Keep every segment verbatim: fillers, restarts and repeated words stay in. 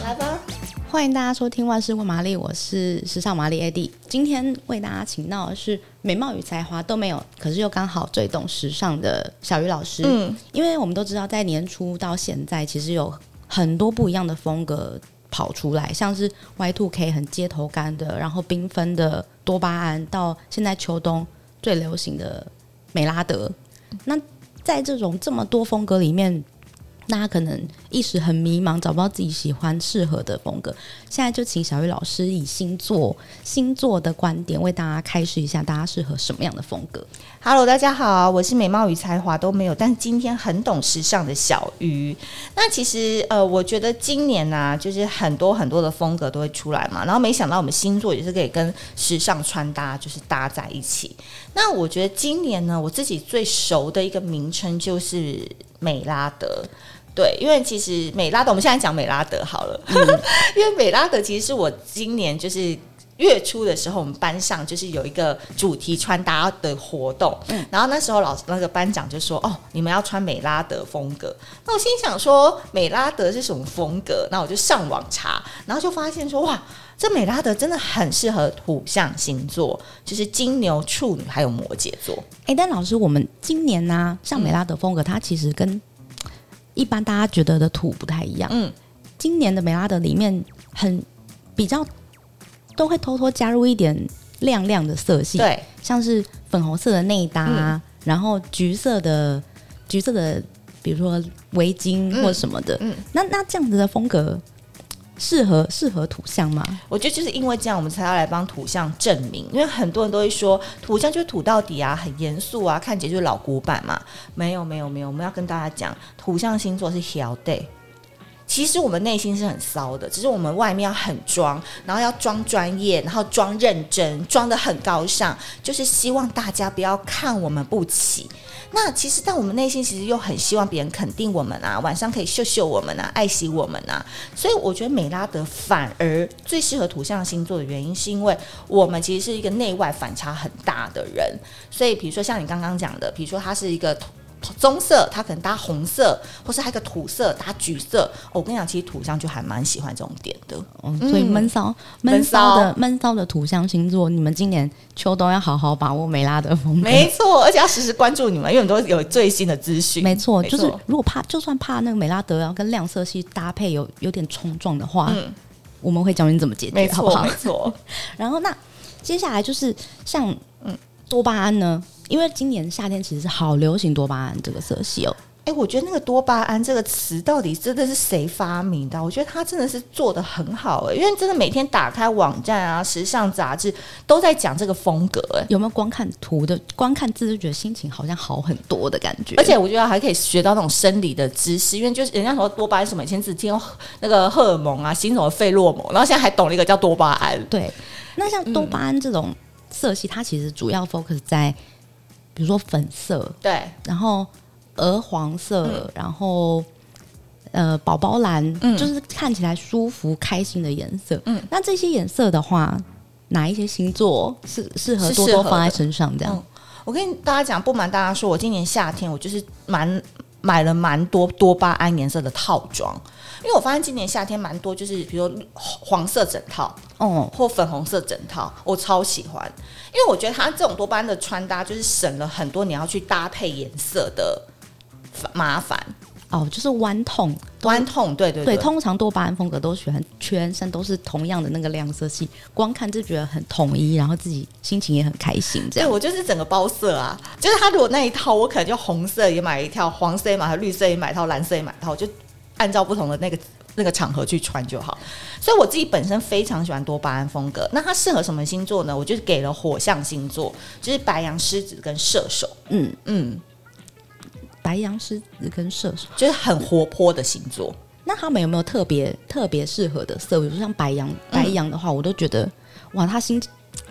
来吧。 欢迎大家收听万事问玛丽，我是时尚玛丽 A D。今天为大家请到的是美貌与才华都没有，可是又刚好最懂时尚的小鱼老师。嗯，因为我们都知道，在年初到现在，其实有很多不一样的风格跑出来，像是 Y 二 K 很街头感的，然后缤纷的多巴胺，到现在秋冬最流行的美拉德。那在这种这么多风格里面，大家可能一时很迷茫，找不到自己喜欢适合的风格。现在就请小鱼老师以星座星座的观点为大家开示一下，大家适合什么样的风格。 Hello， 大家好，我是美貌与才华都没有，但是今天很懂时尚的小鱼。那其实呃，我觉得今年呢、啊，就是很多很多的风格都会出来嘛，然后没想到我们星座也是可以跟时尚穿搭就是搭在一起。那我觉得今年呢，我自己最熟的一个名称就是美拉德。对，因为其实美拉德，我们现在讲美拉德好了，嗯、因为美拉德其实是我今年就是月初的时候，我们班上就是有一个主题穿搭的活动，嗯、然后那时候老师那个班长就说：“哦，你们要穿美拉德风格。”那我心想说，美拉德是什么风格？那我就上网查，然后就发现说，哇，这美拉德真的很适合土象星座，就是金牛、处女还有摩羯座。 哎，但老师，我们今年呢、啊，像美拉德风格，它其实跟一般大家觉得的土不太一样。嗯，今年的美拉德里面很比较都会偷偷加入一点亮亮的色系， 对， 像是粉红色的内搭、啊嗯，然后橘色的橘色的，比如说围巾或什么的。嗯，嗯那那这样子的风格适合适合土象吗？ 我觉得就是因为这样，我们才要来帮土象证明。因为很多人都会说土象就是土到底啊，很严肃啊，看起来就是老古板嘛。没有没有没有，我们要跟大家讲，土象星座是小 day。其实我们内心是很骚的，只是我们外面要很装，然后要装专业，然后装认真，装得很高尚，就是希望大家不要看我们不起。那其实但我们内心其实又很希望别人肯定我们啊，晚上可以秀秀我们啊，爱惜我们啊。所以我觉得美拉德反而最适合土象星座的原因，是因为我们其实是一个内外反差很大的人。所以比如说像你刚刚讲的，比如说他是一个棕色，它可能搭红色，或是还有一个土色搭橘色、哦。我跟你讲，其实土象就还蛮喜欢这种点的。 嗯、所以闷骚闷骚的闷骚的土象星座，你们今年秋冬要好好把握美拉德风格。 没错，而且要时时关注你们，因为我们都有最新的资讯。 没错，就是如果怕，就算怕那个美拉德要跟亮色系搭配有有点冲撞的话，嗯、我们会教你怎么解决， 没错好不好？ 没错。 然后那接下来就是像嗯多巴胺呢？因为今年夏天其实是好流行多巴胺这个色系哦。 哎，我觉得那个多巴胺这个词到底真的是谁发明的？我觉得他真的是做得很好哎，因为真的每天打开网站啊、时尚杂志都在讲这个风格哎。 有没有光看图的、光看字就觉得心情好像好很多的感觉？ 而且我觉得还可以学到那种生理的知识，因为就是人家说多巴胺什么，以前只听那个荷尔蒙啊、新什么费洛蒙，然后现在还懂了一个叫多巴胺。 对，那像多巴胺这种色系，它其实主要 focus 在比如说粉色， 对， 然后鹅黄色，嗯、然后呃宝宝蓝，嗯、就是看起来舒服、开心的颜色。嗯，那这些颜色的话，哪一些星座是适合多多放在身上？这样，嗯、 我跟大家讲，不瞒大家说，我今年夏天我就是蛮买了蛮多多巴胺颜色的套装。因为我发现今年夏天蛮多，就是比如说黄色整套，哦，或粉红色整套，我超喜欢。因为我觉得它这种多巴胺的穿搭，就是省了很多你要去搭配颜色的麻烦。 哦，就是弯痛， 弯痛，对对 对, 对。通常多巴胺风格都喜欢全身都是同样的那个亮色系，光看就觉得很统一，然后自己心情也很开心。这样， 对我就是整个包色啊，就是他如果那一套，我可能就红色也买一套，黄色也买一套，绿色也买一套，蓝色也买一套，就按照不同的那个那个场合去穿就好。所以我自己本身非常喜欢多巴胺风格。那它适合什么星座呢？我就是给了火象星座，就是白羊、狮子跟射手。嗯嗯。 白羊、狮子跟射手就是很活泼的星座。 那他们有没有特别特别适合的色？比如说像白羊，白羊的话，我都觉得哇，他心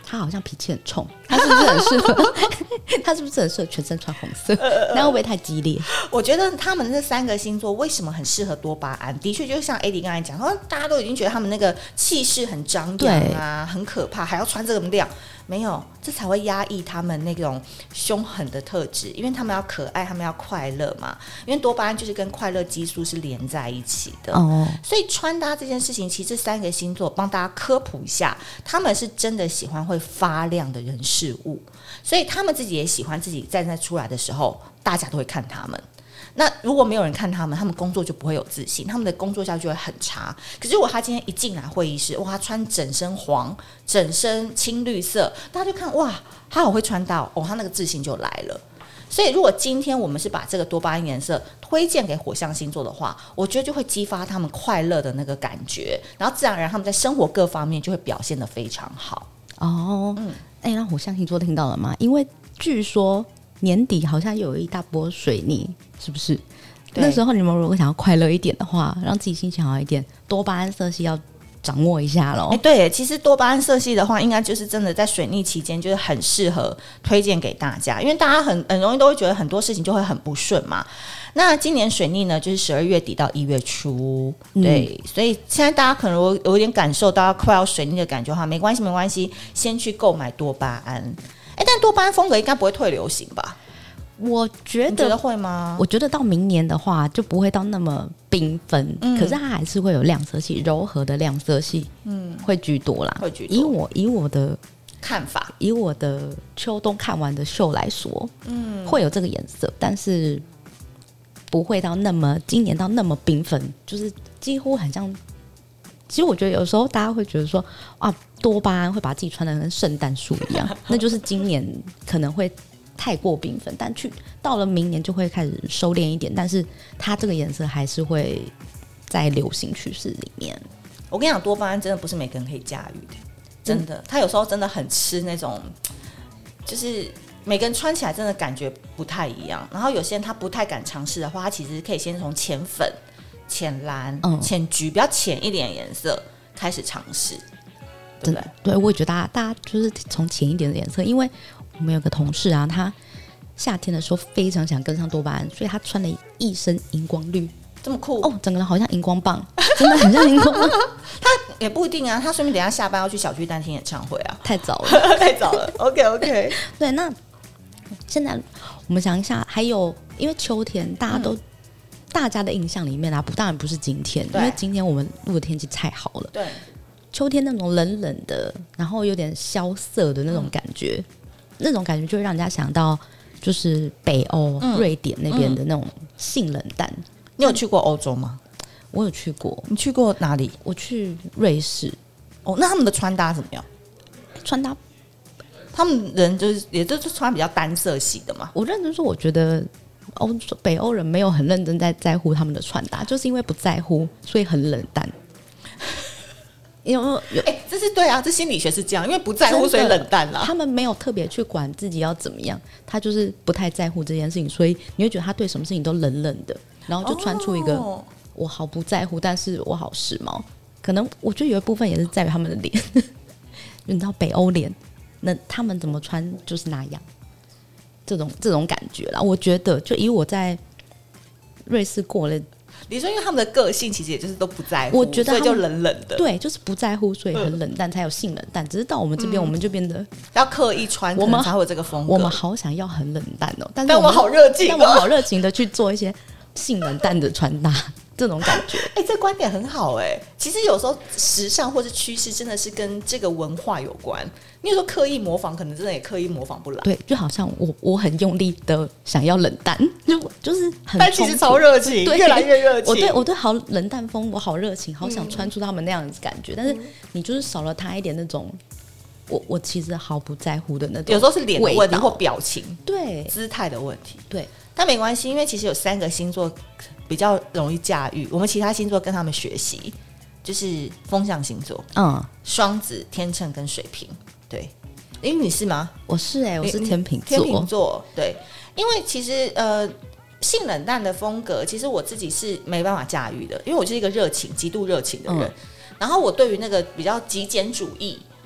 他好像脾气很冲，他是不是很适合？他是不是很适合全身穿红色？那会不会太激烈？ 我觉得他们这三个星座为什么很适合多巴胺？的确，就像 A D 刚才讲，说大家都已经觉得他们那个气势很张扬啊，很可怕，还要穿这么亮。没有，这才会压抑他们那种凶狠的特质，因为他们要可爱，他们要快乐嘛。因为多巴胺就是跟快乐激素是连在一起的，哦，所以穿搭这件事情，其实这三个星座帮大家科普一下，他们是真的喜欢会发亮的人事物，所以他们自己也喜欢自己站在出来的时候，大家都会看他们。那如果没有人看他们，他们工作就不会有自信，他们的工作效率就会很差。可是如果他今天一进来会议室，哇，他穿整身黄、整身青绿色，大家就看哇，他好会穿搭哦，他那个自信就来了。所以如果今天我们是把这个多巴胺颜色推荐给火象星座的话，我觉得就会激发他们快乐的那个感觉，然后自然而然他们在生活各方面就会表现得非常好。 哦，嗯，哎、欸，那火象星座听到了吗？因为据说年底好像有一大波水逆，是不是？那时候你们如果想要快乐一点的话，让自己心情好一点，多巴胺色系要掌握一下咯。 哎、欸，对，其实多巴胺色系的话，应该就是真的在水逆期间，就是很适合推荐给大家，因为大家很很容易都会觉得很多事情就会很不顺嘛。那今年水逆呢，就是十二月底到一月初，对、嗯，所以现在大家可能有有点感受到快要水逆的感觉的话，没关系，没关系，先去购买多巴胺。哎、欸，但多巴胺风格应该不会退流行吧？ 我觉得， 你觉得会吗？ 我觉得到明年的话，就不会到那么缤纷、嗯，可是它还是会有亮色系，柔和的亮色系，嗯，会居多啦。 会居多。 以我以我的看法， 以我的秋冬看完的秀来说，嗯，会有这个颜色，但是不会到那么今年到那么缤纷，就是几乎很像。其实我觉得有时候大家会觉得说，啊，多巴胺会把自己穿得跟圣诞树一样，那就是今年可能会太过缤纷，但去到了明年就会开始收敛一点，但是它这个颜色还是会在流行趋势里面。 我跟你讲，多巴胺真的不是每个人可以驾驭的，真的，它有时候真的很吃那种，就是每个人穿起来真的感觉不太一样。然后有些人他不太敢尝试的话，他其实可以先从浅粉、浅蓝、嗯、浅橘比较浅一点的颜色开始尝试，对不对？ 对，我也觉得大家大家就是从浅一点的颜色，因为我们有个同事啊，他夏天的时候非常想跟上多巴胺，所以他穿了一身荧光绿， 这么酷哦，整个人好像荧光棒，真的很像荧光棒。 他也不一定啊，他说明等一下下班要去小巨蛋听演唱会啊， 太早了， 太早了。OK OK， 对，那现在我们想一下，还有因为秋天大家都、嗯、大家的印象里面啊，不当然不是今天，因为今天我们录的天气太好了。 对， 秋天那种冷冷的，然后有点萧瑟的那种感觉。嗯，那种感觉就会让人家想到就是北欧、嗯、瑞典那边的那种性冷淡、嗯、 你有去过欧洲吗？ 我有去过。 你去过哪里？ 我去瑞士。 哦，那他们的穿搭怎么样？ 穿搭他们人就是也就是穿比较单色系的嘛。 我认真说，我觉得欧北欧人没有很认真在在乎他们的穿搭，就是因为不在乎所以很冷淡。有有哎、欸，这是对啊，这心理学是这样，因为不在乎所以冷淡啦。 他们没有特别去管自己要怎么样，他就是不太在乎这件事情，所以你会觉得他对什么事情都冷冷的，然后就穿出一个、哦、我毫不在乎，但是我好时髦。可能我觉得有一部分也是在于他们的脸，你知道北欧脸，那他们怎么穿就是那样，这种这种感觉啦。我觉得就以我在瑞士过了。 你说因为他们的个性其实也就是都不在乎， 我觉得所以就冷冷的。 对，就是不在乎，所以很冷淡，嗯、才有性冷淡。只是到我们这边、嗯，我们就变得要刻意穿，我们才会有这个风格。 我们好想要很冷淡哦，但是我们好热情、哦， 但我们好热情的去做一些性冷淡的穿搭，这种感觉。 哎、欸，这观点很好哎、欸。其实有时候时尚或是趋势真的是跟这个文化有关。你有时候刻意模仿，可能真的也刻意模仿不来。 对，就好像我我很用力的想要冷淡，就就是很， 但其实超热情，越来越热情。 我对我对好冷淡风，我好热情，好想穿出他们那样子感觉。嗯、但是你就是少了他一点那种，我我其实毫不在乎的那种。 有时候是脸的问题或表情， 对姿态的问题， 对。 但没关系，因为其实有三个星座比较容易驾驭，我们其他星座跟他们学习，就是风象星座，嗯，双子、天秤跟水瓶。对，因为你是吗？ 我是哎、欸，我是天秤座。 天秤座，对，因为其实呃，性冷淡的风格，其实我自己是没办法驾驭的，因为我就是一个热情、极度热情的人、嗯。然后我对于那个比较极简主义，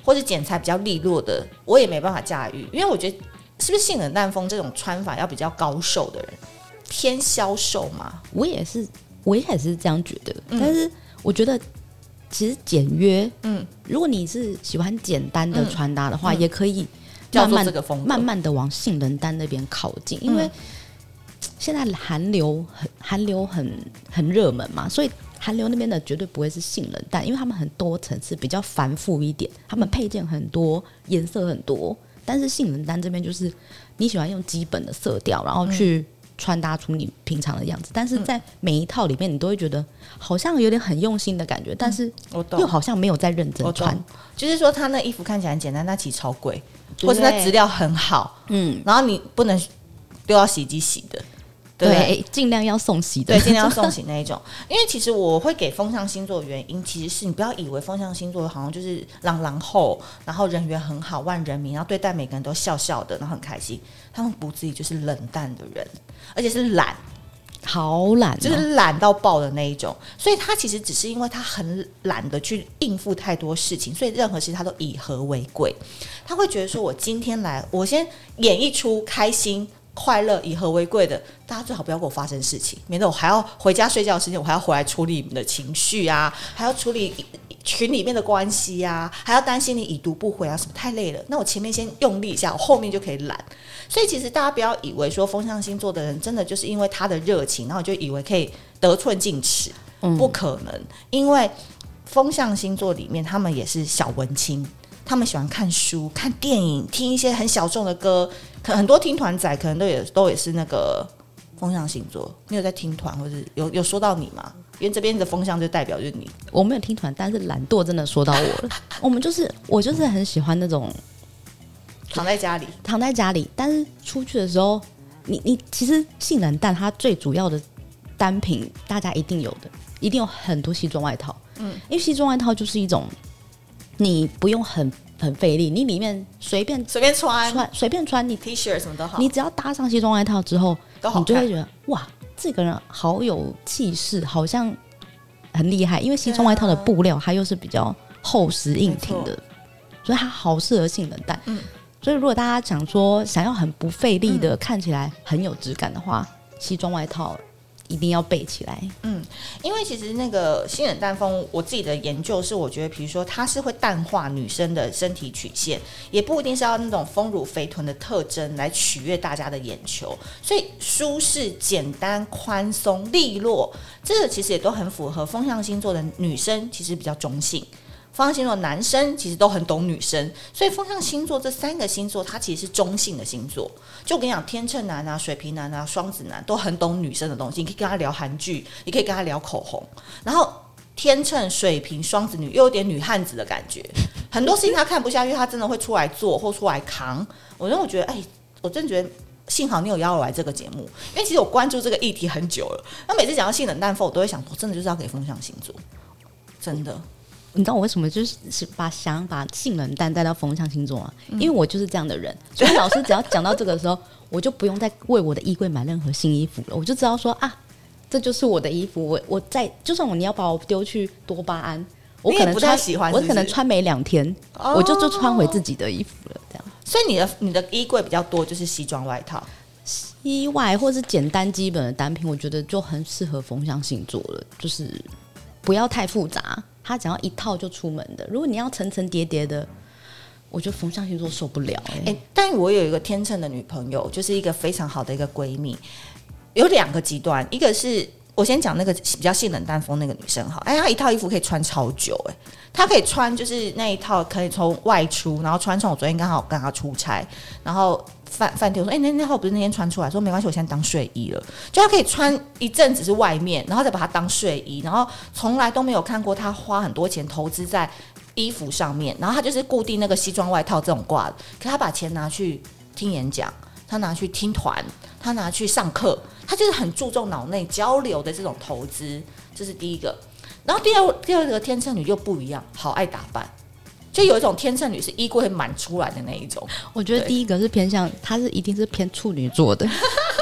或是剪裁比较利落的，我也没办法驾驭，因为我觉得是不是性冷淡风这种穿法要比较高瘦的人，偏消瘦嘛？ 我也是，我也是这样觉得，嗯、但是我觉得。其实简约，嗯，如果你是喜欢简单的穿搭的话，嗯、也可以慢慢慢慢的往性冷淡那边靠近，因为现在韩流很韩流很很热门嘛，所以韩流那边的绝对不会是性冷淡，因为他们很多层次比较繁复一点，他们配件很多，颜色很多，但是性冷淡这边就是你喜欢用基本的色调，然后去。嗯穿搭出你平常的样子，但是在每一套里面你都会觉得好像有点很用心的感觉，但是又好像没有在认真穿， 就是说他那衣服看起来很简单，但其实超贵，或是那质量很好，嗯，然后你不能丢到洗衣机洗的， 对，尽量要送洗的， 对，尽量要送洗那一种。因为其实我会给风象星座的原因，其实是你不要以为风象星座好像就是朗朗后，然后人缘很好，万人迷，然后对待每个人都笑笑的，然后很开心。他们骨子里就是冷淡的人，而且是懒， 好懒、哦， 就是懒到爆的那一种。所以他其实只是因为他很懒得去应付太多事情，所以任何事他都以和为贵。他会觉得说，我今天来，我先演一出开心。快乐以和为贵的，大家最好不要给我发生事情，免得我还要回家睡觉的时间，我还要回来处理你们的情绪啊，还要处理群里面的关系啊，还要担心你已读不回啊，什么太累了。那我前面先用力一下，我后面就可以懒。所以其实大家不要以为说风象星座的人真的就是因为他的热情，然后就以为可以得寸进尺，嗯、不可能。因为风象星座里面他们也是小文青。他们喜欢看书、看电影、听一些很小众的歌，可很多听团仔可能都也都也是那个风象星座。你有在听团，或是有有说到你吗？因为这边的风象就代表就是你。 我没有听团，但是懒惰真的说到我了。我们就是我就是很喜欢那种躺在家里， 躺在家里，但是出去的时候，你你其实性冷淡它最主要的单品，大家一定有的，一定有很多西装外套。嗯，因为西装外套就是一种。你不用很很费力，你里面随便随便穿， 穿随便穿，你 T 恤什么都好， 你只要搭上西装外套之后，你就会觉得哇，这个人好有气势，好像很厉害。因为西装外套的布料它又是比较厚实硬挺的，所以它好适合性冷淡。嗯，所以如果大家想说想要很不费力的、嗯、看起来很有质感的话，西装外套。一定要背起来。 嗯，因为其实那个性冷淡风，我自己的研究是，我觉得，比如说它是会淡化女生的身体曲线，也不一定是要那种丰乳肥臀的特征来取悦大家的眼球。所以舒适、简单、宽松、利落，这个其实也都很符合风象星座的女生，其实比较中性。风象星座的男生其实都很懂女生，所以风象星座这三个星座它其实是中性的星座。就我跟你讲，天秤男啊、水瓶男啊、双子男都很懂女生的东西，你可以跟他聊韩剧，你可以跟他聊口红，然后天秤、水瓶、双子女又有点女汉子的感觉，很多事情他看不下去，他真的会出来做或出来扛。我真的觉得，哎，我真的觉得幸好你有邀我来这个节目，因为其实我关注这个议题很久了。那每次讲到性冷淡风，我都会想，我真的就是要给风象星座，真的。 你知道我为什么就是把想把性冷淡带到风象星座吗？因为我就是这样的人，所以老师只要讲到这个时候，我就不用再为我的衣柜买任何新衣服了，我就知道说啊，这就是我的衣服。我我在就算我你要把我丢去多巴胺，我可能穿喜欢是不是， 我可能穿没两天，哦、我就就穿回自己的衣服了。这样， 所以你的你的衣柜比较多，就是西装外套、 西外或是简单基本的单品，我觉得就很适合风象星座了，就是不要太复杂。他只要一套就出门的，如果你要层层叠叠的，我觉得风象星座受不了、欸欸、但我有一个天秤的女朋友，就是一个非常好的一个闺蜜，有两个极端，一个是我先讲那个比较性冷淡风那个女生好，哎，她一套衣服可以穿超久、欸，她可以穿就是那一套可以从外出，然后穿上我昨天刚好跟她出差，然后饭饭店我说，哎、欸，那那套不是那天穿出来，说没关系，我现在当睡衣了，就她可以穿一阵子是外面，然后再把它当睡衣，然后从来都没有看过她花很多钱投资在衣服上面，然后她就是固定那个西装外套这种挂的，可她把钱拿去听演讲，她拿去听团，她拿去上课，她就是很注重脑内交流的这种投资，这是第一个。然后第二第二个天秤女就不一样，好爱打扮，就有一种天秤女是衣柜会满出来的那一种。 我觉得第一个是偏向，她是一定是偏处女座的，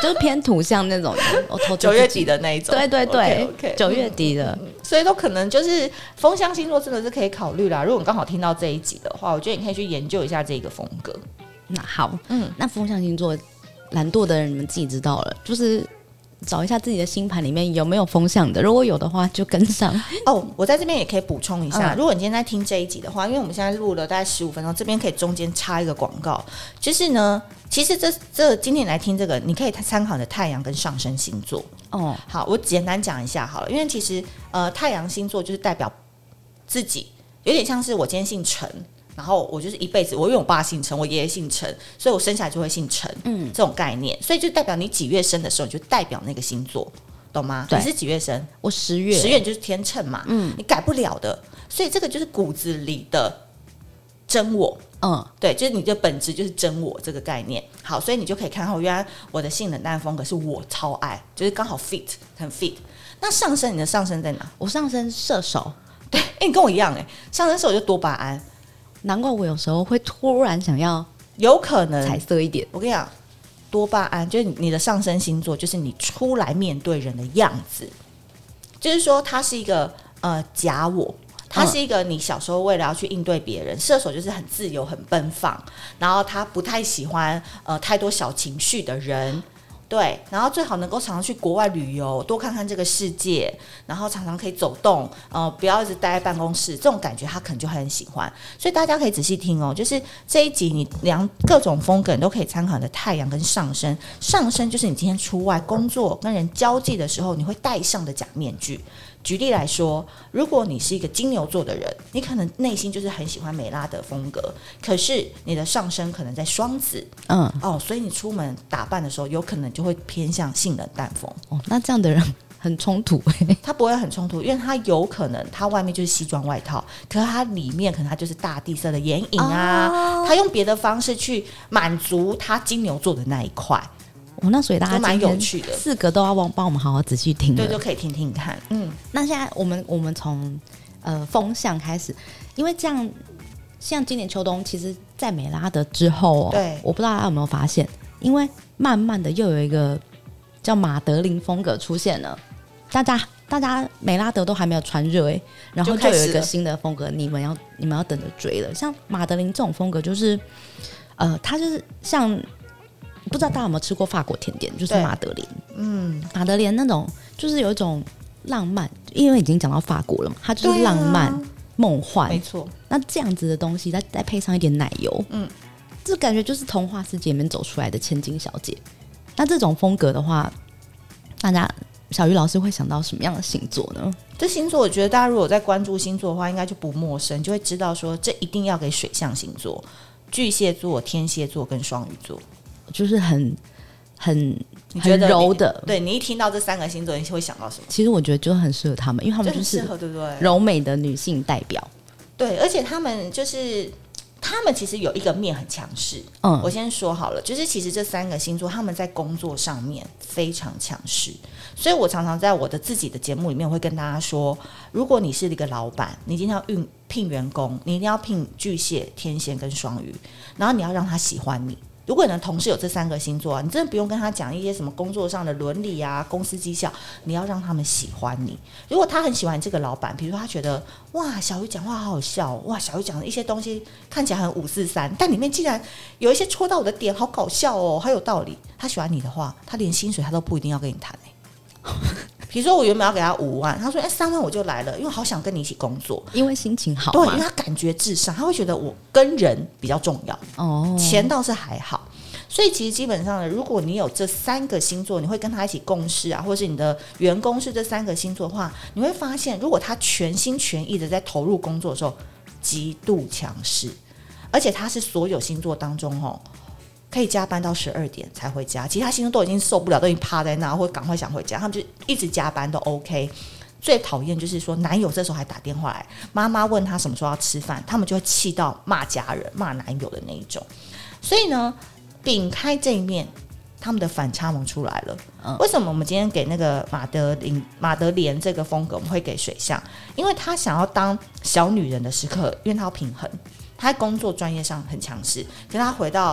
就是偏土象那种的， 九月底的那一种， 对对对， okay, okay, 九月底的、 嗯，所以都可能就是风象星座真的是可以考虑啦。如果你刚好听到这一集的话，我觉得你可以去研究一下这个风格。 那好，嗯，那风象星座懒惰的人你们自己知道了，就是找一下自己的星盘里面有没有风象的，如果有的话就跟上。 哦，我在这边也可以补充一下、嗯、如果你今天在听这一集的话，因为我们现在录了大概十五分钟，这边可以中间插一个广告，就是呢其实这这今天来听这个你可以参考你的太阳跟上升星座哦。好，我简单讲一下好了，因为其实呃太阳星座就是代表自己，有点像是我今天姓陈，然后我就是一辈子，我因为我爸姓陈，我爷爷姓陈，所以我生下来就会姓陈，嗯，这种概念，所以就代表你几月生的时候，你就代表那个星座，懂吗？你是几月生？ 我十月， 十月就是天秤嘛，嗯，你改不了的，所以这个就是骨子里的真我，嗯，对，就是你的本质就是真我这个概念。好，所以你就可以看到，原来我的性冷淡风格是我超爱，就是刚好 fit 很 fit。那上升，你的上升在哪？ 我上升射手， 对，哎、欸，你跟我一样、欸，哎，上升射手就多巴胺。 难怪我有时候会突然想要， 有可能彩色一点。 我跟你讲，多巴胺就是你的上升星座，就是你出来面对人的样子，就是说它是一个呃假我，它是一个你小时候为了要去应对别人，射手就是很自由、很奔放，然后他不太喜欢呃太多小情绪的人。对，然后最好能够常常去国外旅游，多看看这个世界，然后常常可以走动，呃，不要一直待在办公室，这种感觉他可能就很喜欢。所以大家可以仔细听哦，就是这一集你量各种风格，你都可以参考你的太阳跟上升。上升就是你今天出外工作跟人交际的时候，你会戴上的假面具。举例来说，如果你是一个金牛座的人，你可能内心就是很喜欢美拉德风格，可是你的上升可能在双子，嗯，哦，所以你出门打扮的时候，有可能就会偏向性冷淡风。 哦，那这样的人很冲突欸。 他不会很冲突，因为他有可能他外面就是西装外套，可是他里面可能他就是大地色的眼影啊，哦，他用别的方式去满足他金牛座的那一块。 哦，那所以大家蛮有趣的， 四个都要帮我们好好仔细听， 对，就可以听听看。嗯， 那现在我们我们从呃风向开始，因为这样像今年秋冬，其实在美拉德之后哦， 对， 我不知道大家有没有发现，因为慢慢的又有一个叫马德琳风格出现了，大家大家美拉德都还没有传热哎，然后就有一个新的风格，你们要你们要等着追了。像马德琳这种风格，就是呃，它就是像。不知道大家有没有吃过法国甜点，就是马德莲。嗯，马德莲那种就是有一种浪漫，因为已经讲到法国了嘛，它就是浪漫、梦幻， 没错。 那这样子的东西，再再配上一点奶油，嗯，这感觉就是童话世界里面走出来的千金小姐。那这种风格的话，大家小鱼老师会想到什么样的星座呢？ 这星座我觉得大家如果在关注星座的话，应该就不陌生，就会知道说这一定要给水象星座：巨蟹座、天蝎座跟双鱼座。 就是很很很柔的， 对，你一听到这三个星座，你会想到什么？ 其实我觉得就很适合他们，因为他们就是柔美的女性代表。 对，而且他们就是他们其实有一个面很强势。嗯，我先说好了，就是其实这三个星座他们在工作上面非常强势，所以我常常在我的自己的节目里面会跟大家说，如果你是一个老板，你今天要运聘员工，你一定要聘巨蟹、天蝎跟双鱼，然后你要让他喜欢你。如果你的同事有这三个星座啊，你真的不用跟他讲一些什么工作上的伦理啊、公司绩效，你要让他们喜欢你。如果他很喜欢这个老板，比如说他觉得哇，小鱼讲话好好笑，哇，小鱼讲的一些东西看起来很五四三，但里面竟然有一些戳到我的点，好搞笑哦，好有道理。他喜欢你的话，他连薪水他都不一定要跟你谈欸。比如说我原本要给他五万，他说哎三万我就来了，因为好想跟你一起工作， 因为心情好嘛， 对，因为他感觉至上，他会觉得我跟人比较重要哦，钱倒是还好。所以其实基本上呢，如果你有这三个星座，你会跟他一起共事啊，或是你的员工是这三个星座的话，你会发现，如果他全心全意的在投入工作的时候，极度强势，而且他是所有星座当中哦，可以加班到十二点才回家，其他星座都已经受不了，都已经趴在那，或赶快想回家，他们就一直加班都 OK。最讨厌就是说，男友这时候还打电话来，妈妈问他什么时候要吃饭，他们就会气到骂家人、骂男友的那一种。所以呢，摒开这一面，他们的反差萌出来了。嗯、为什么我们今天给那个马德琳、马德莲这个风格，我们会给水象？因为他想要当小女人的时刻，因为他要平衡，他在工作专业上很强势，可是他回到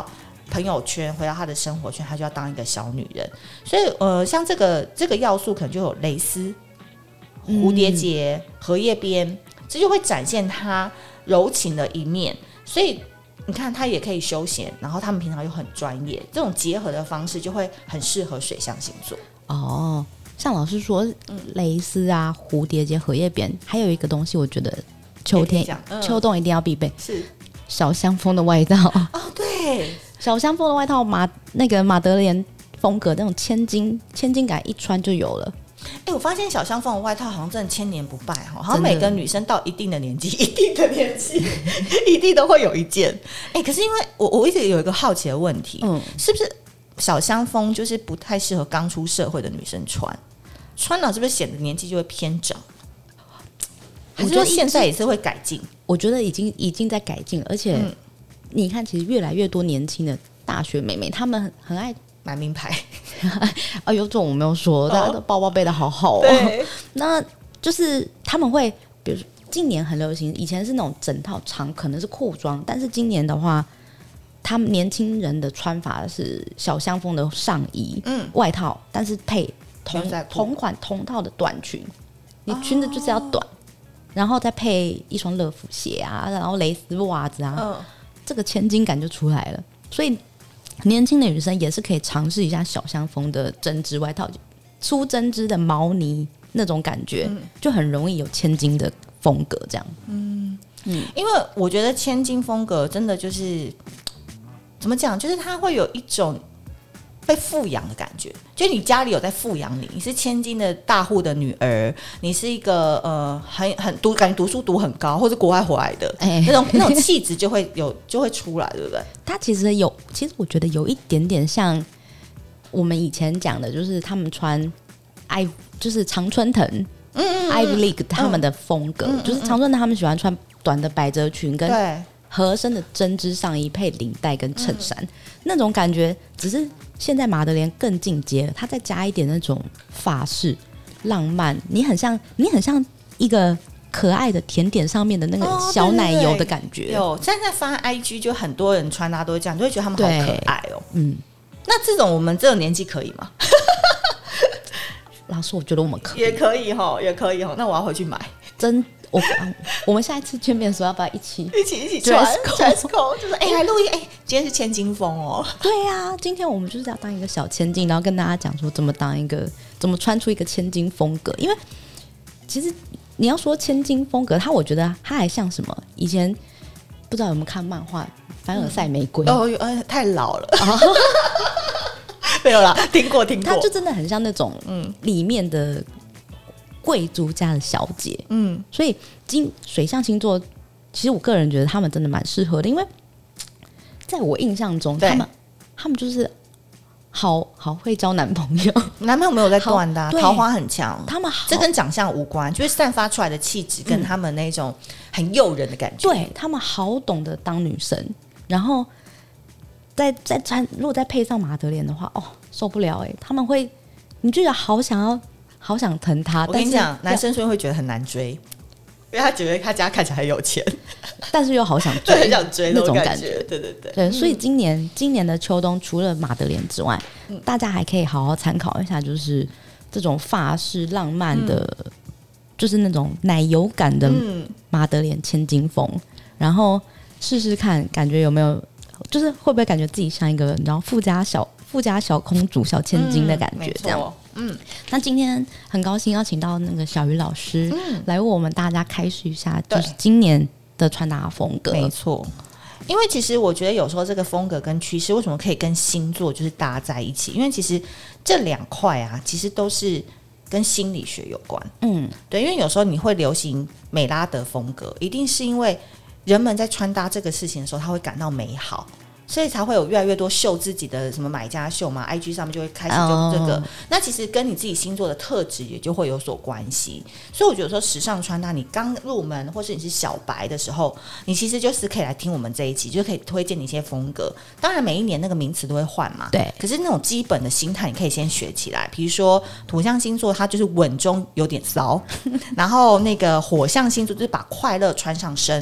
朋友圈，回到他的生活圈，他就要当一个小女人。所以呃，像这个这个要素可能就有蕾丝、蝴蝶结、嗯、荷叶边，这就会展现他柔情的一面。所以你看，他也可以休闲，然后他们平常又很专业，这种结合的方式就会很适合水象星座。 哦，像老师说，蕾丝啊、蝴蝶结、荷叶边，还有一个东西，我觉得秋天、嗯、秋冬一定要必备，是小香风的外套。 哦，对， 小香风的外套，马那个马德莲风格那种千金千金感，一穿就有了。 哎、欸，我发现小香风的外套好像真的千年不败哈，好像每个女生到一定的年纪、一定的年纪，一定都会有一件。哎、欸，可是因为我我一直有一个好奇的问题，嗯，是不是小香风就是不太适合刚出社会的女生穿？穿了是不是显得年纪就会偏长？还是说现在也是会改进？ 我觉得已经已经在改进了，而且、嗯、你看，其实越来越多年轻的大学妹妹，她们很很爱买名牌。 啊，有种我没有说，大家都包包背的好好哦。对，那就是他们会，比如说近年很流行，以前是那种整套长，可能是裤装，但是今年的话，他们年轻人的穿法是小香风的上衣、嗯、外套，但是配同同款同套的短裙，你裙子就是要短，哦、然后再配一双乐福鞋啊，然后蕾丝袜子啊，嗯、这个千金感就出来了，所以。年轻的女生也是可以尝试一下小香风的针织外套，粗针织的毛呢那种感觉、嗯、就很容易有千金的风格这样。 嗯嗯，因为我觉得千金风格真的就是怎么讲，就是它会有一种被富养的感觉，就你家里有在富养你，你是千金的大户的女儿，你是一个呃很很读感觉读书读很高，或者国外回来的、欸、那种那种气质就会有就会出来，对不对？ 它其实有，其实我觉得有一点点像我们以前讲的，就是他们穿 I 就是常春藤，嗯嗯嗯 Ivy League 他们的风格，嗯嗯嗯就是常春藤他们喜欢穿短的百褶裙跟合身的针织上衣配领带跟衬衫、嗯，那种感觉只是。现在马德莲更进阶了，它再加一点那种法式浪漫，你很像你很像一个可爱的甜点上面的那个小奶油的感觉。哦、对对对有，现在翻 I G 就很多人穿搭都会这样，就会觉得他们好可爱哦。嗯，那这种我们这个年纪可以吗？ 老师，我觉得我们可以， 也可以哈，也可以哈。那我要回去买。 真，我我们下一次见面的时候，要不要一起一起一起穿 dress code？ 就是哎、欸，来录音哎，今天是千金风哦。 对呀、啊，今天我们就是要当一个小千金，然后跟大家讲说怎么当一个，怎么穿出一个千金风格。因为其实你要说千金风格，它我觉得它还像什么？以前不知道有没有看漫画《凡尔赛玫瑰》？ 哦，呃，太老了。没有啦，听过听过。 它就真的很像那种嗯里面的。贵族家的小姐，嗯，所以金水象星座，其实我个人觉得他们真的蛮适合的，因为在我印象中，他们他们就是好好会交男朋友， 男朋友没有在断的、啊，桃花很强。 他们好， 这跟长相无关，就是散发出来的气质跟他们那种很诱人的感觉。 嗯、对他们好懂得当女生，然后再再穿，如果再配上马德莲的话，哦，受不了哎、欸，他们会，你就觉得好想要。好想疼他， 我跟你讲，男生所以会觉得很难追，因为他觉得他家看起来很有钱， 但是又好想追， 很想追那种感觉。 对对对， 对，所以今年、嗯、今年的秋冬，除了马德莲之外、嗯，大家还可以好好参考一下，就是这种法式浪漫的，嗯、就是那种奶油感的马德莲千金风，嗯、然后试试看，感觉有没有，就是会不会感觉自己像一个你知道富家小富家小公主、小千金的感觉，这样。嗯，那今天很高兴邀请到那个小鱼老师、嗯、来为我们大家开示一下，就是今年的穿搭风格。 没错，因为其实我觉得有时候这个风格跟趋势为什么可以跟星座就是搭在一起？因为其实这两块啊，其实都是跟心理学有关。嗯，对，因为有时候你会流行美拉德风格，一定是因为人们在穿搭这个事情的时候，他会感到美好。所以才会有越来越多秀自己的什么买家秀嘛 ，I G 上面就会开始就这个。Oh. 那其实跟你自己星座的特质也就会有所关系。所以我觉得说时尚穿搭，你刚入门或是你是小白的时候，你其实就是可以来听我们这一集，就可以推荐你一些风格。当然每一年那个名词都会换嘛， 对。 可是那种基本的心态你可以先学起来。比如说土象星座，它就是稳中有点骚，然后那个火象星座就是把快乐穿上身。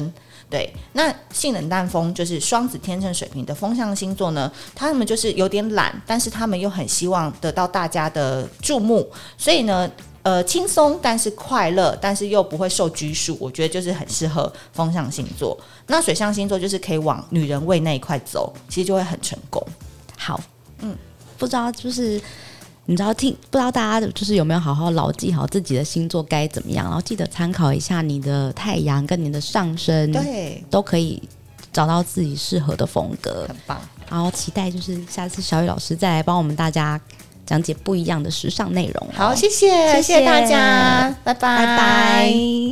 对，那性冷淡风就是双子、天秤、水瓶的风象星座呢，他们就是有点懒，但是他们又很希望得到大家的注目，所以呢呃，轻松但是快乐，但是又不会受拘束，我觉得就是很适合风象星座。那水象星座就是可以往女人味那一块走，其实就会很成功。 好，嗯，不知道就是你知道听，不知道大家就是有没有好好牢记好自己的星座该怎么样，然后记得参考一下你的太阳跟你的上升， 对， 都可以找到自己适合的风格， 很棒。 然后期待就是下次小雨老师再来帮我们大家讲解不一样的时尚内容、哦。 好，谢谢， 谢谢谢谢大家，拜拜， 拜拜。